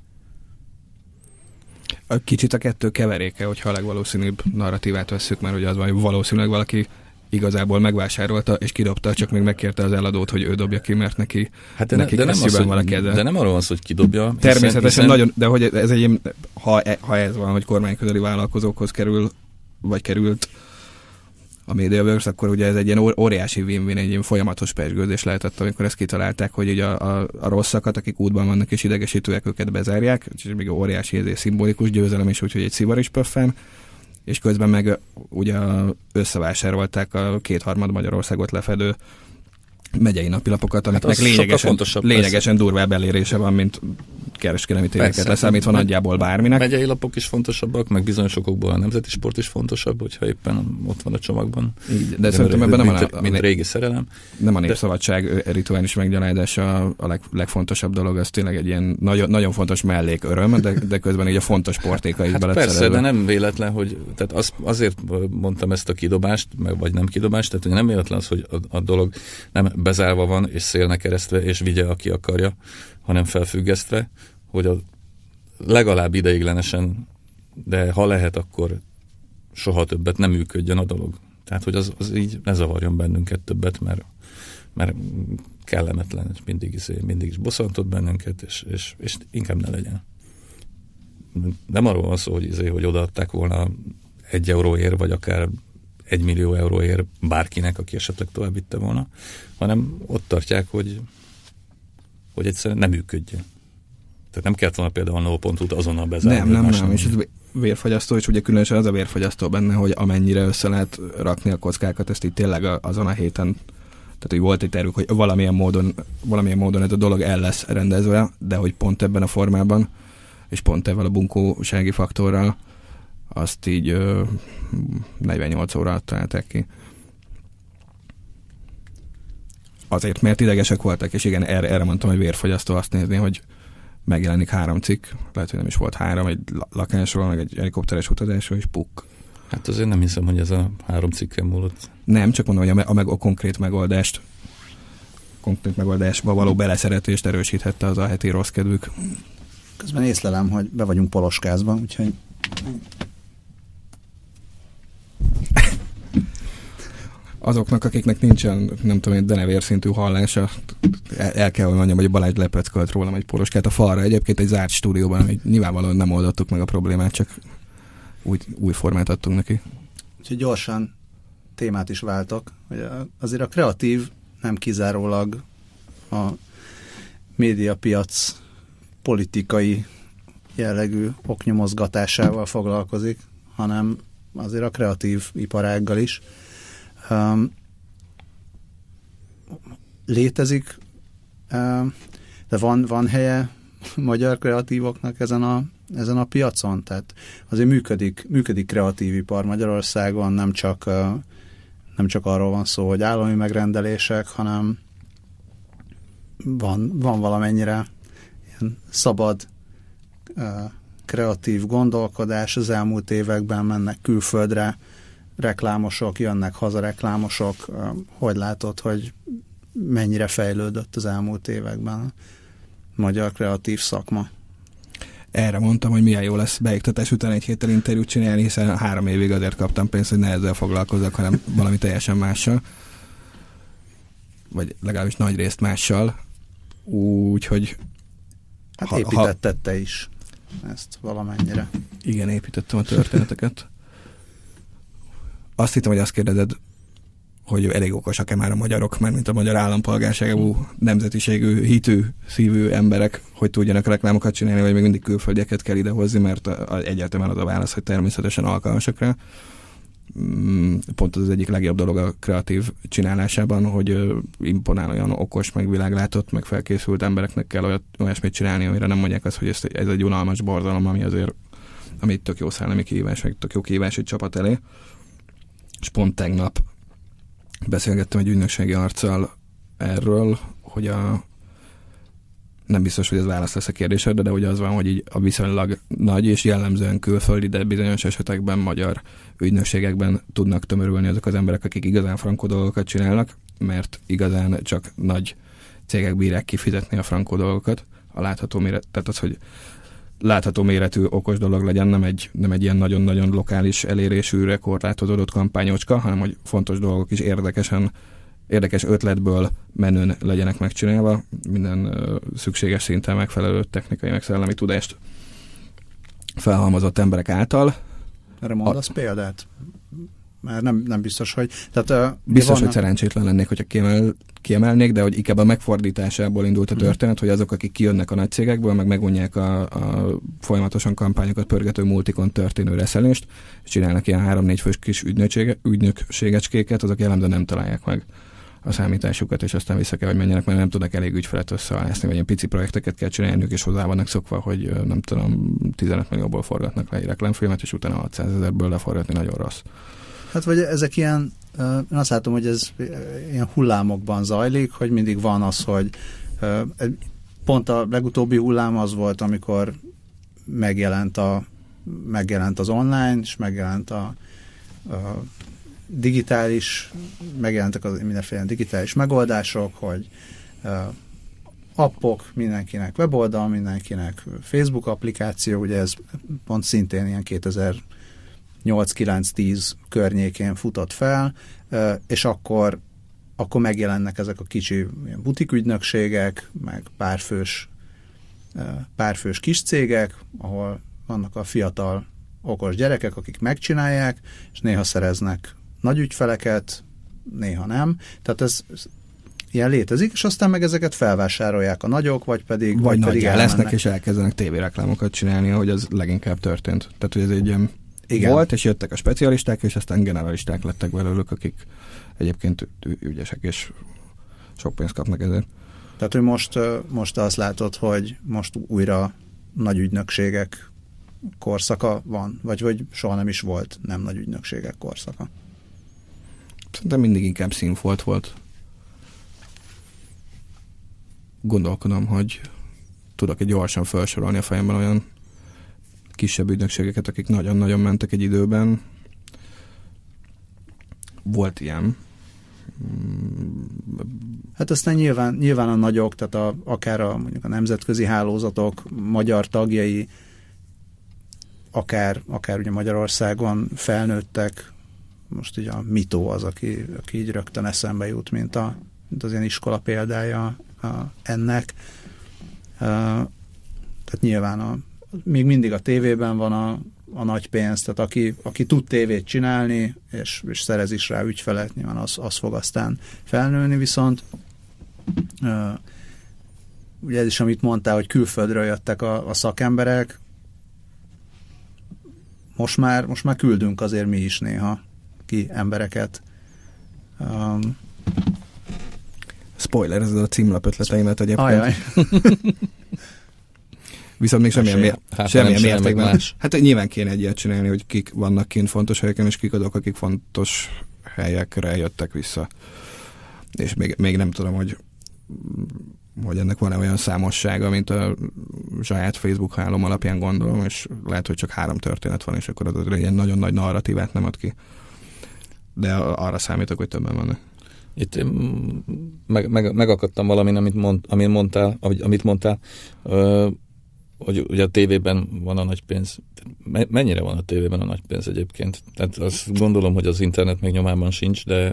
A kicsit a kettő keveréke, hogyha a legvalószínűbb narratívát vesszük, mert ugye az van, hogy valószínűleg valaki igazából megvásárolta, és kidobta, csak még megkérte az eladót, hogy ő dobja ki, mert neki, hát de neki de nem az, van a keze. De nem arról van szó, hogy kidobja. Természetesen hiszen, nagyon, de hogy ez egy, ha, ha ez van, hogy kormányközeli vállalkozókhoz kerül, vagy került a MediaWorks, akkor ugye ez egy ilyen óriási win-win, egy ilyen folyamatos pezsgőzés lehetett, amikor ezt kitalálták, hogy ugye a, a, a rosszakat, akik útban vannak és idegesítőek, őket bezárják, és még óriási ezért szimbolikus győzelem is, úgyhogy egy szivar is pöffen, és közben meg ugye összevásárolták a kétharmad Magyarországot lefedő megyei napilapokat, amiknek hát lényegesen, lényegesen durvább elérése van, mint kereskedelmi tévéket leszámítva nagyjából bárminek. Megyei lapok is fontosabbak, meg bizonyos okokból a nemzeti sport is fontosabb, hogyha éppen ott van a csomagban. Így, de, de szerintem ebben nem a, a, mint régi szerelem. Nem a népszabadság rituális meggyalázása a leg, legfontosabb dolog, az tényleg egy ilyen nagyon, nagyon fontos mellék öröm, de, de közben így a fontos sportéka is hát bele persze, szerelve. de nem véletlen, hogy tehát az, azért mondtam ezt a kidobást, meg vagy nem kidobást, tehát nem véletlen az, hogy a, a dolog nem bezárva van, és szélnek keresztve, és vigye, aki akarja, hanem felfüggesztve, hogy a legalább ideiglenesen, de ha lehet, akkor soha többet nem működjön a dolog. Tehát, hogy az, az így ne zavarjon bennünket többet, mert, mert kellemetlen, és mindig is, mindig is bosszantott bennünket, és, és, és inkább ne legyen. Nem arról van szó, hogy, izé, hogy odaadták volna egy euróért, vagy akár egy millió euróért bárkinek, aki esetleg tovább vitte volna, hanem ott tartják, hogy, hogy egyszerűen nem működjön. Tehát nem kellett volna például a no pont hu-t azonnal bezárni. Nem, nem, nem, és ez vérfagyasztó, és ugye különösen az a vérfagyasztó benne, hogy amennyire össze lehet rakni a kockákat, ezt így tényleg azon a héten, tehát hogy volt egy tervük, hogy valamilyen módon, valamilyen módon ez a dolog el lesz rendezve, de hogy pont ebben a formában, és pont ebben a bunkósági faktorral, azt így ö, negyvennyolc óra alatt találták ki. Azért, mert idegesek voltak, és igen, erre, erre mondtam, hogy vérfogyasztó azt nézni, hogy megjelenik három cikk, lehet, hogy nem is volt három, egy lakásról, meg egy helikopteres utazásról, és puk. Hát azért nem hiszem, hogy ez a három cikken múlott. Nem, csak mondom, hogy a, a, a konkrét megoldást, konkrét megoldásba való beleszeretést erősíthette az a heti rossz kedvük. Közben észlelem, hogy be vagyunk Poloskázban, úgyhogy... Azoknak, akiknek nincsen, nem tudom, egy denevérszintű hallása, el, el kell, hogy mondjam, hogy Balázs lepeckölt rólam egy poloskát a falra. Egyébként egy zárt stúdióban, hogy nyilvánvalóan nem oldottuk meg a problémát, csak új, új formát adtunk neki. Úgyhogy gyorsan témát is váltok, hogy azért a kreatív nem kizárólag a médiapiac politikai jellegű oknyomozgatásával foglalkozik, hanem azért a kreatív iparággal is. Um, létezik, um, de van, van helye magyar kreatívoknak ezen a, ezen a piacon? Tehát azért működik, működik kreatív ipar Magyarországon, nem csak, uh, nem csak arról van szó, hogy állami megrendelések, hanem van, van valamennyire ilyen szabad, uh, kreatív gondolkodás. Az elmúlt években mennek külföldre reklámosok, jönnek haza reklámosok. Hogy látod, hogy mennyire fejlődött az elmúlt években a magyar kreatív szakma? Erre mondtam, hogy milyen jó lesz beiktatás után egy héttel interjút csinálni, hiszen három évig azért kaptam pénzt, hogy ne ezzel foglalkozzak, hanem valami teljesen mással. Vagy legalábbis nagy részt mással. Úgyhogy... Hát ha, építetted ha... te is ezt valamennyire. Igen, építettem a történeteket. Azt hittem, hogy azt kérdezed, hogy elég okosak-e már a magyarok, mert mint a magyar állampolgárságú, nemzetiségű, hitű, szívű emberek, hogy tudjanak reklámokat csinálni, vagy még mindig külföldieket kell idehozni, mert egyáltalán az a válasz, hogy természetesen alkalmasak rá. Pont az, az egyik legjobb dolog a kreatív csinálásában, hogy imponál olyan okos, meg világlátott, meg felkészült embereknek kell olyat, olyasmit csinálni, amire nem mondják azt, hogy ez, ez egy unalmas borzalom, ami azért ami tök jó szellemi kihívás, meg tök jó kihívás egy csapat elé. És pont tegnap beszélgettem egy ügynökségi arccal erről, hogy a nem biztos, hogy ez válasz lesz a kérdésedre, de hogy az van, hogy így a viszonylag nagy és jellemzően külföldi, de bizonyos esetekben magyar ügynökségekben tudnak tömörülni azok az emberek, akik igazán frankó dolgokat csinálnak, mert igazán csak nagy cégek bírják kifizetni a frankó dolgokat. A látható méret, tehát az, hogy látható méretű okos dolog legyen, nem egy, nem egy ilyen nagyon-nagyon lokális elérésűre korlátozódott kampányocska, hanem hogy fontos dolgok is érdekesen, érdekes ötletből menőn legyenek megcsinálva, minden uh, szükséges szinten megfelelő technikai, meg szellemi tudást felhalmozott emberek által. Erre mondasz a... példát? Mert nem, nem biztos, hogy... Tehát, uh, biztos, vannak... hogy szerencsétlen lennék, hogyha kiemel, kiemelnék, de hogy inkább a megfordításából indult a történet, hmm. hogy azok, akik kijönnek a nagy cégekből, meg megunják a, a folyamatosan kampányokat pörgető multikon történő reszelést, és csinálnak ilyen három-négy fős kis ügynökségecskéket, azok jellemzően nem találják meg a számításukat, és aztán vissza kell, hogy menjenek, mert nem tudnak elég ügyfelet összeállászni, vagy ilyen pici projekteket kell csinálniuk, és hozzá vannak szokva, hogy nem tudom, tizenöt millióból forgatnak le egy reklámfilmet, és utána hatszázezerből leforgatni nagyon rossz. Hát vagy ezek ilyen, én azt látom, hogy ez ilyen hullámokban zajlik, hogy mindig van az, hogy pont a legutóbbi hullám az volt, amikor megjelent, a, megjelent az online, és megjelent a, a digitális, megjelentek az mindenféle digitális megoldások, hogy appok, mindenkinek weboldal, mindenkinek Facebook applikáció, ugye ez pont szintén ilyen kétezer-nyolc kilenc tíz környékén futott fel, és akkor, akkor megjelennek ezek a kicsi butikügynökségek, meg párfős, párfős kis cégek, ahol vannak a fiatal, okos gyerekek, akik megcsinálják, és néha szereznek nagy ügyfeleket, néha nem. Tehát ez, ez ilyen létezik, és aztán meg ezeket felvásárolják a nagyok, vagy pedig vagy, vagy nagy pedig lesznek, és elkezdenek tévéreklámokat csinálni, ahogy az leginkább történt. Tehát, hogy ez egy ilyen igen. volt, és jöttek a specialisták, és aztán generalisták lettek belőlük, akik egyébként ügyesek, és sok pénzt kapnak ezért. Tehát, hogy most, most azt látod, hogy most újra nagy ügynökségek korszaka van, vagy hogy soha nem is volt nem nagy ügynökségek korszaka. Szerintem mindig inkább színfolt volt. Gondolkodom, hogy tudok egy gyorsan felsorolni a fejemben olyan kisebb ügynökségeket, akik nagyon-nagyon mentek egy időben. Volt ilyen. Hát aztán nyilván, nyilván a nagyok, tehát a, akár a, mondjuk a nemzetközi hálózatok magyar tagjai, akár, akár ugye Magyarországon felnőttek, most ugye a Mitó az, aki, aki így rögtön eszembe jut, mint, a, mint az ilyen iskola példája a, ennek. Uh, tehát nyilván a, még mindig a tévében van a, a nagy pénz, tehát aki, aki tud tévét csinálni, és, és szerez is rá ügyfelet, nyilván az, az fog aztán felnőni, viszont uh, ugye ez is, amit mondtál, hogy külföldről jöttek a, a szakemberek, most már, most már küldünk azért mi is néha ki embereket. Um, Spoiler, ez a címlap ötleteimet egyébként. Ajaj. Viszont még semmilyen, mér, hát semmilyen mértékben. Hát nyilván kéne egy ilyet csinálni, hogy kik vannak kint fontos helyeken, és kik azok, akik fontos helyekre jöttek vissza. És még, még nem tudom, hogy, hogy ennek van-e olyan számossága, mint a saját Facebook hálóm alapján gondolom, és lehet, hogy csak három történet van, és akkor az egy ilyen nagyon nagy narratívát nem ad ki. De arra számítok, hogy többen vannak. Itt meg, meg, megakadtam valamin, amit, mond, amit mondtál, amit mondtál, hogy ugye a tévében van a nagy pénz. Mennyire van a tévében a nagy pénz egyébként? Tehát azt gondolom, hogy az internet még nyomában sincs, de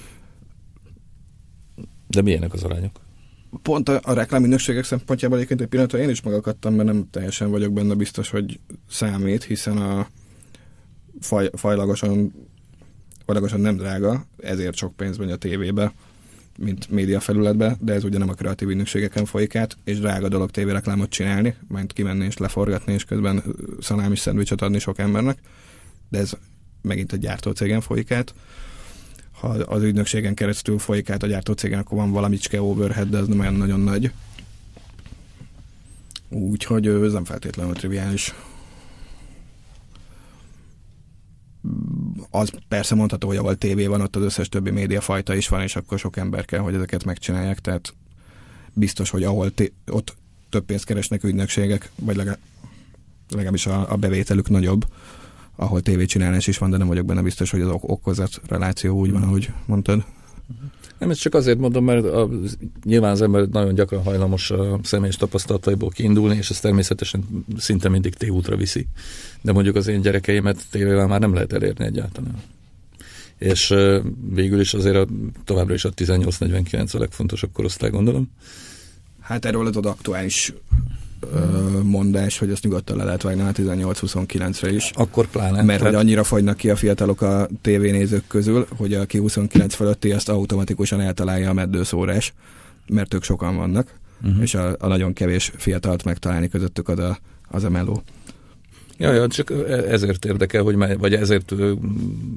de milyenek az arányok? Pont a, a reklámügynökségek szempontjából egyébként egy pillanatra én is megakadtam, mert nem teljesen vagyok benne biztos, hogy számít, hiszen a faj, fajlagosan, fajlagosan nem drága, ezért sok pénz megy a tévébe, mint média felületbe, de ez ugye nem a kreatív ügynökségeken folyik át, és drága dolog tévéreklámot csinálni, majd kimenni és leforgatni, és közben szalámis szendvicset adni sok embernek, de ez megint egy gyártócégen folyik át. Ha az ügynökségen keresztül folyik át a gyártócégen, akkor van valamicske overhead, de ez nem olyan nagyon nagy. Úgyhogy ez nem feltétlenül triviális. Az persze mondható, hogy ahol tévé van, ott az összes többi médiafajta is van, és akkor sok ember kell, hogy ezeket megcsinálják, tehát biztos, hogy ahol té- ott több pénzt keresnek ügynökségek, vagy legalább, legalábbis a, a bevételük nagyobb, ahol tévécsinálás is van, de nem vagyok benne biztos, hogy az okozat reláció úgy van, ahogy mondtad. Nem, ezt csak azért mondom, mert a, nyilván az ember nagyon gyakran hajlamos a személyes tapasztalataiból kiindulni, és ez természetesen szinte mindig tévútra viszi. De mondjuk az én gyerekeimet tévével már nem lehet elérni egyáltalán. És uh, végül is azért a, továbbra is a tizennyolc negyvenkilenc a legfontosabb korosztály, gondolom. Hát erről az aktuális ö, mondás, hogy ezt nyugodtan le lehet vágni a tizennyolc huszonkilencre is. Akkor pláne. Mert hogy annyira fogynak ki a fiatalok a tévénézők közül, hogy aki huszonkilenc fölötti, azt automatikusan eltalálja a meddőszórás, mert ők sokan vannak, uh-huh. és a, a nagyon kevés fiatalt megtalálni közöttük az a, az a meló. Ja, ja, csak ezért érdekel, hogy, vagy ezért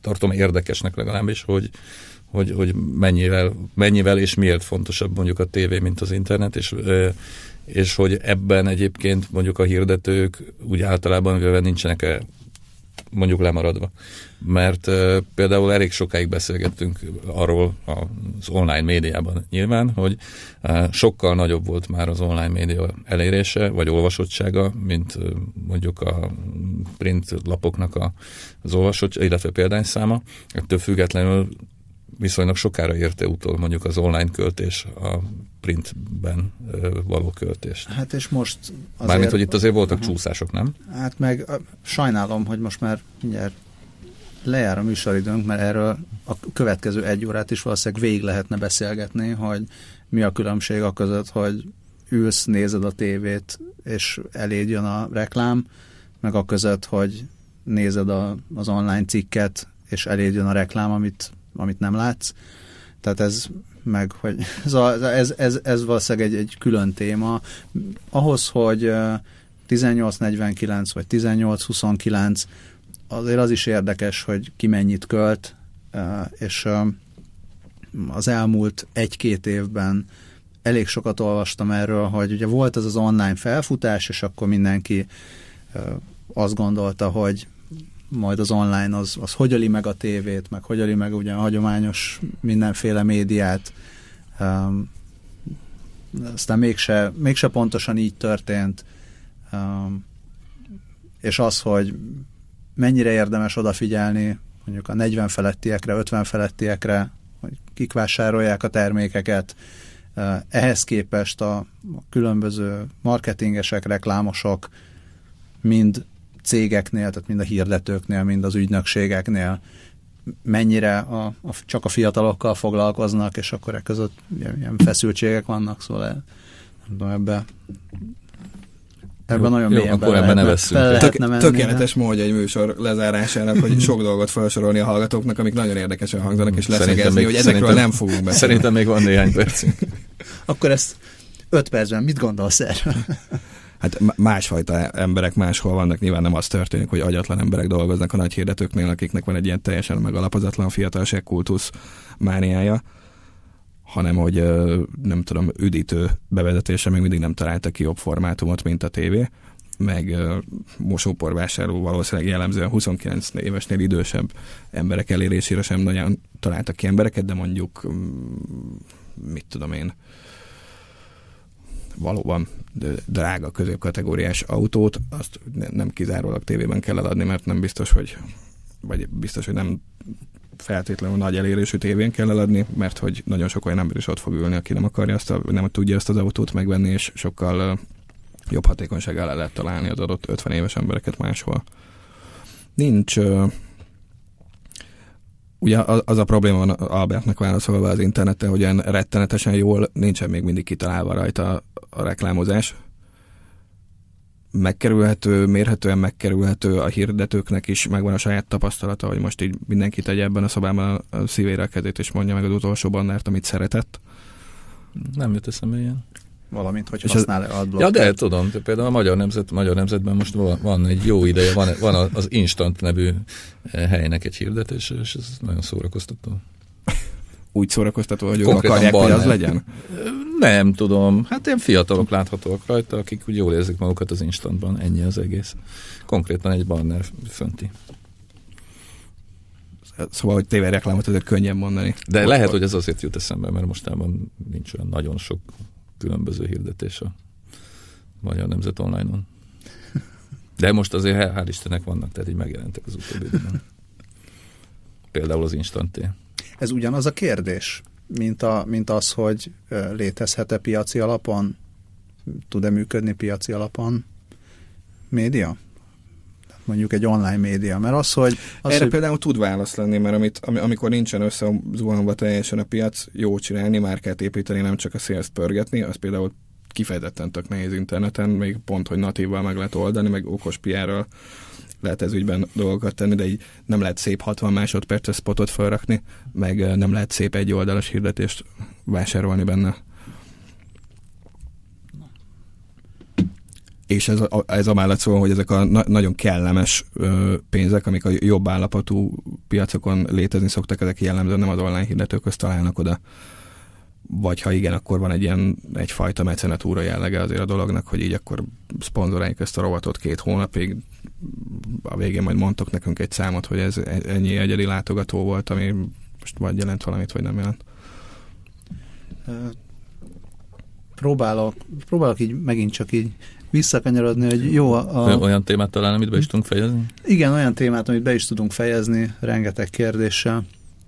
tartom érdekesnek legalábbis, hogy, hogy, hogy mennyivel, mennyivel és miért fontosabb mondjuk a tévé, mint az internet, és, és hogy ebben egyébként mondjuk a hirdetők úgy általában véve nincsenek mondjuk lemaradva. Mert uh, például elég sokáig beszélgettünk arról az online médiában nyilván, hogy uh, sokkal nagyobb volt már az online média elérése, vagy olvasottsága, mint uh, mondjuk a print lapoknak a, az olvasottsága, illetve példányszáma. Ettől függetlenül viszonylag sokára érte utol mondjuk az online költés a printben való költést. Hát és most azért... Mármint, hogy itt azért voltak uh-huh. csúszások, nem? Hát meg sajnálom, hogy most már mindjárt lejár a műsoridőnk, mert erről a következő egy órát is valószínűleg végig lehetne beszélgetni, hogy mi a különbség a között, hogy ülsz, nézed a tévét, és eléd jön a reklám, meg a között, hogy nézed a, az online cikket, és eléd jön a reklám, amit, amit nem látsz. Tehát ez meg, hogy ez, a, ez, ez, ez valószínűleg egy, egy külön téma. Ahhoz, hogy tizennyolc negyvenkilenc vagy tizennyolc huszonkilenc, azért az is érdekes, hogy ki mennyit költ, és az elmúlt egy-két évben elég sokat olvastam erről, hogy ugye volt ez az online felfutás, és akkor mindenki azt gondolta, hogy majd az online az, az hogy öli meg a tévét, meg hogy öli meg ugye a hagyományos mindenféle médiát. Um, aztán mégse, mégse pontosan így történt. Um, és az, hogy mennyire érdemes odafigyelni mondjuk a negyven felettiekre, ötven felettiekre, hogy kik vásárolják a termékeket. Uh, ehhez képest a, a különböző marketingesek, reklámosok mind cégeknél, tehát mind a hirdetőknél, mind az ügynökségeknél mennyire a, a, csak a fiatalokkal foglalkoznak, és akkor e között ilyen, ilyen feszültségek vannak, szóval el, nem tudom, ebbe ebben nagyon mélyen be lehetne, Tök, menni, tökéletes de... módja egy műsor lezárásának, hogy sok dolgot felsorolni a hallgatóknak, amik nagyon érdekesen hangzanak, és leszögezni, hogy ezekről nem fogunk beszélni. Szerintem még van néhány percünk. Akkor ezt öt percben mit gondolsz erről? Hát másfajta emberek máshol vannak, nyilván nem az történik, hogy agyatlan emberek dolgoznak a nagy hirdetőknél, akiknek van egy ilyen teljesen megalapozatlan fiatalság kultusz mániája, hanem hogy nem tudom, üdítő bevezetése még mindig nem találta ki jobb formátumot, mint a tévé, meg mosóporvásárló valószínűleg jellemzően huszonkilenc évesnél idősebb emberek elérésére sem nagyon találtak ki embereket, de mondjuk mit tudom én, valóban drága középkategóriás autót, azt nem kizárólag tévében kell eladni, mert nem biztos, hogy vagy biztos, hogy nem feltétlenül nagy elérésű tévén kell eladni, mert hogy nagyon sok olyan ember is ott fog ülni, aki nem akarja azt, a, nem tudja ezt az autót megvenni, és sokkal uh, jobb hatékonysággal el lehet találni az adott ötven éves embereket máshol. Nincs uh, ugye az a probléma van Albertnek válaszolva az interneten, hogy olyan rettenetesen jól nincsen még mindig kitalálva rajta a reklámozás. Megkerülhető, mérhetően megkerülhető, a hirdetőknek is megvan a saját tapasztalata, hogy most így mindenki tegye ebben a szobában a szívére a kezét, és mondja meg az utolsó bannert, amit szeretett. Nem jut eszembe ilyen. Valamint, hogy használ-e adblock. Ja, de tudom, de például a Magyar Nemzet, Magyar Nemzetben most van egy jó ideje, van, van az Instant nevű helynek egy hirdetés, és ez nagyon szórakoztató. Úgy szórakoztató, hogy ők akarják, hogy az legyen? Nem tudom. Hát ilyen fiatalok láthatóak rajta, akik úgy jól érzik magukat az Instantban. Ennyi az egész. Konkrétan egy banner fönti. Szóval, hogy tévéreklámot ezért könnyen mondani. De Akkor... lehet, hogy ez azért jut eszembe, mert mostában nincs olyan nagyon sok különböző hirdetés a Magyar Nemzet online-on. De most azért hál' Istennek vannak, tehát így megjelentek az utóbbi időben. Például az Instant. Ez ugyanaz a kérdés, mint, a, mint az, hogy létezhet-e piaci alapon, tud-e működni piaci alapon média? Mondjuk egy online média, mert az, hogy... Az, Erre hogy... például tud válasz lenni, mert amit, amikor nincsen összezuhanva teljesen a piac, jó csinálni, márkát építeni, nem csak a sales-t pörgetni, az például kifejezetten tök nehéz interneten, még pont, hogy natívval meg lehet oldani, meg okos pé er-rel lehet ez ügyben dolgokat tenni, de így nem lehet szép hatvan másodperces spotot felrakni, meg nem lehet szép egy oldalas hirdetést vásárolni benne. és ez, a, ez amellett szól, hogy ezek a na- nagyon kellemes ö, pénzek, amik a jobb állapotú piacokon létezni szoktak, ezek jellemzően nem az online hirdetőköz találnak oda. Vagy ha igen, akkor van egy ilyen egyfajta mecenatúra jellege azért a dolognak, hogy így akkor szponzoráljuk ezt a rovatot két hónapig. A végén majd mondtok nekünk egy számot, hogy ez ennyi egyedi látogató volt, ami most vagy jelent valamit, vagy nem jelent. Próbálok, próbálok így megint csak így visszakanyarodni, hogy jó a... Olyan témát talán, amit be is tudunk fejezni? Igen, olyan témát, amit be is tudunk fejezni, rengeteg kérdéssel.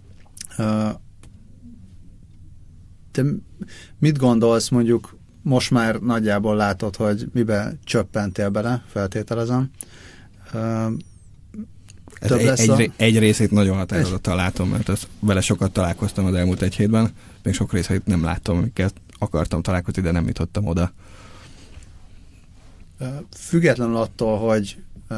Te mit gondolsz, mondjuk most már nagyjából látod, hogy mibe csöppentél bele, feltételezem. Ez egy, egy, a... egy részét nagyon határozottan látom, mert ezt, vele sokat találkoztam az elmúlt egy hétben, még sok részét nem láttam, amiket akartam találkozni, de nem jutottam oda. Függetlenül attól, hogy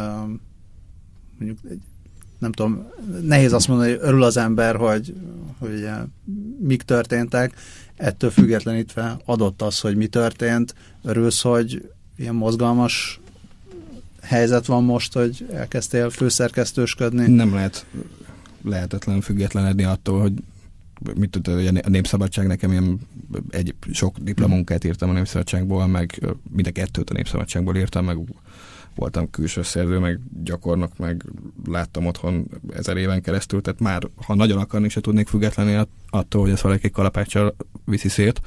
mondjuk nem tudom, nehéz azt mondani, hogy örül az ember, hogy, hogy mik történtek, ettől függetlenítve adott az, hogy mi történt. Örülsz, hogy ilyen mozgalmas helyzet van most, hogy elkezdtél főszerkesztősködni? Nem lehet lehetetlen függetlenedni attól, hogy mit tudod, a Népszabadság nekem ilyen egy sok diplomunkát írtam a Népszabadságból, meg mind a kettőt a Népszabadságból írtam, meg voltam külső szerző, meg gyakornok, meg láttam otthon ezer éven keresztül, tehát már, ha nagyon akarni, se tudnék függetlenni attól, hogy ezt valaki kalapáccsal viszi szét.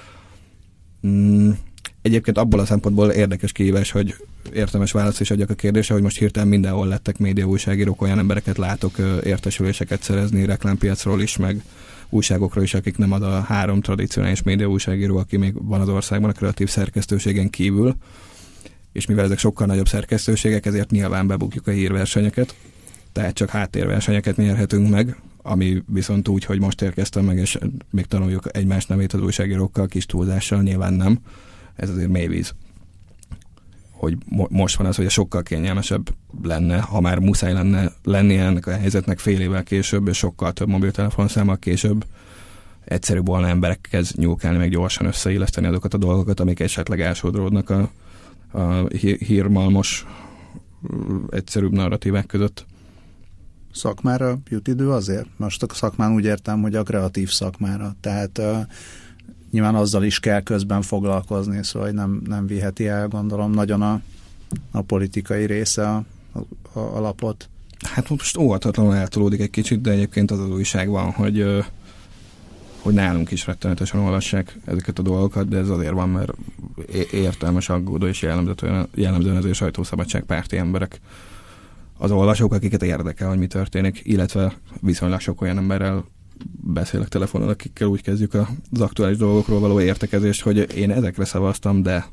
Mm, egyébként abból a szempontból érdekes kihívás, hogy értelmes választ is adjak a kérdésre, hogy most hirtelen mindenhol lettek média újságírók, olyan embereket látok értesüléseket szerezni reklámpiacról is, meg újságokról is, akik nem az a három tradicionális média újságíró, aki még van az országban a kreatív szerkesztőségen kívül, és mivel ezek sokkal nagyobb szerkesztőségek, ezért nyilván bebukjuk a hírversenyeket, tehát csak háttérversenyeket nyerhetünk meg, ami viszont úgy, hogy most érkeztem meg, és még tanuljuk egymás nevét az újságírókkal, kis túlzással, nyilván nem. Ez azért mélyvíz. Hogy mo- most van az, hogy sokkal kényelmesebb lenne, ha már muszáj lenne lennie ennek a helyzetnek fél évvel később, és sokkal több mobiltelefonszámmal később, egyszerűbb volna emberekhez nyúlkálni, meg gyorsan összeilleszteni azokat a dolgokat, amik esetleg elsodródnak a a hírmalmos egyszerűbb narratívák között. Szakmára jut idő azért? Most a szakmán úgy értem, hogy a kreatív szakmára. Tehát uh, nyilván azzal is kell közben foglalkozni, szóval nem, nem viheti el, gondolom, nagyon a, a politikai része a, a, a lapot. Hát most óvatatlanul eltolódik egy kicsit, de egyébként az az újság van, hogy uh, hogy nálunk is rettenetesen olvassák ezeket a dolgokat, de ez azért van, mert értelmes, aggódó és jellemzően, jellemzően azért sajtószabadság párti emberek az olvasók, akiket érdekel, hogy mi történik, illetve viszonylag sok olyan emberrel beszélek telefonon, akikkel úgy kezdjük az aktuális dolgokról való értekezést, hogy én ezekre szavaztam, de...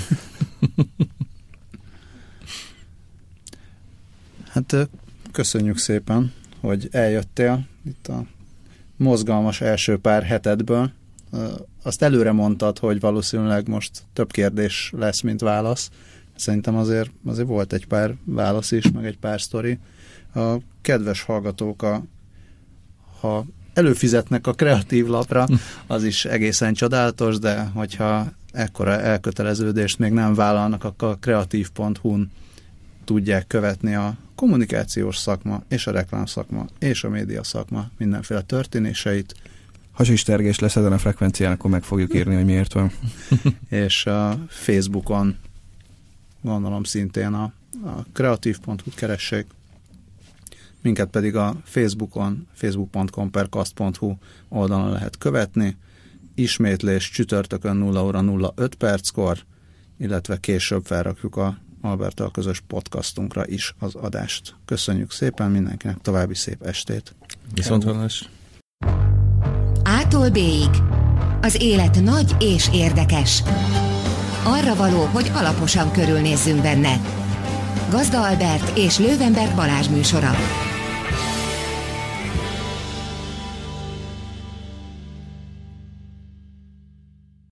Hát köszönjük szépen, hogy eljöttél itt a mozgalmas első pár hetedből. Azt előre mondtad, hogy valószínűleg most több kérdés lesz, mint válasz. Szerintem azért, azért volt egy pár válasz is, meg egy pár sztori. A kedves hallgatók, a, ha előfizetnek a kreatív lapra, az is egészen csodálatos, de hogyha ekkora elköteleződést még nem vállalnak, akkor a kreatív pont hu-n tudják követni a kommunikációs szakma, és a reklámszakma, és a média szakma mindenféle történéseit. Ha sistergés lesz ezen a frekvencián, akkor meg fogjuk írni, hogy miért van. És a Facebookon, gondolom szintén a, a kreatív pont hu-t keressék, minket pedig a Facebookon, facebook pont com per cast pont hu oldalon lehet követni. Ismétlés csütörtökön nulla óra nulla öt perckor, illetve később felrakjuk a Alberttal közös podcastunkra is az adást. Köszönjük szépen mindenkinek, további szép estét. Viszonthallás. A-tól B-ig. Az élet nagy és érdekes. Arra való, hogy alaposan körülnézzünk benne. Gazda Albert és Löwenberg Balázs műsora.